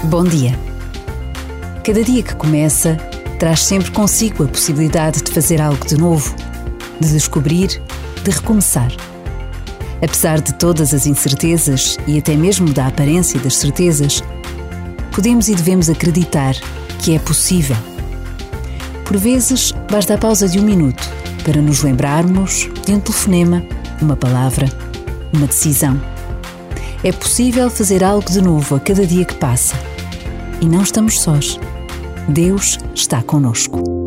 Bom dia. Cada dia que começa, traz sempre consigo a possibilidade de fazer algo de novo, de descobrir, de recomeçar. Apesar de todas as incertezas e até mesmo da aparência das certezas, podemos e devemos acreditar que é possível. Por vezes, basta a pausa de 1 minuto para nos lembrarmos de um telefonema, uma palavra, uma decisão. É possível fazer algo de novo a cada dia que passa. E não estamos sós. Deus está conosco.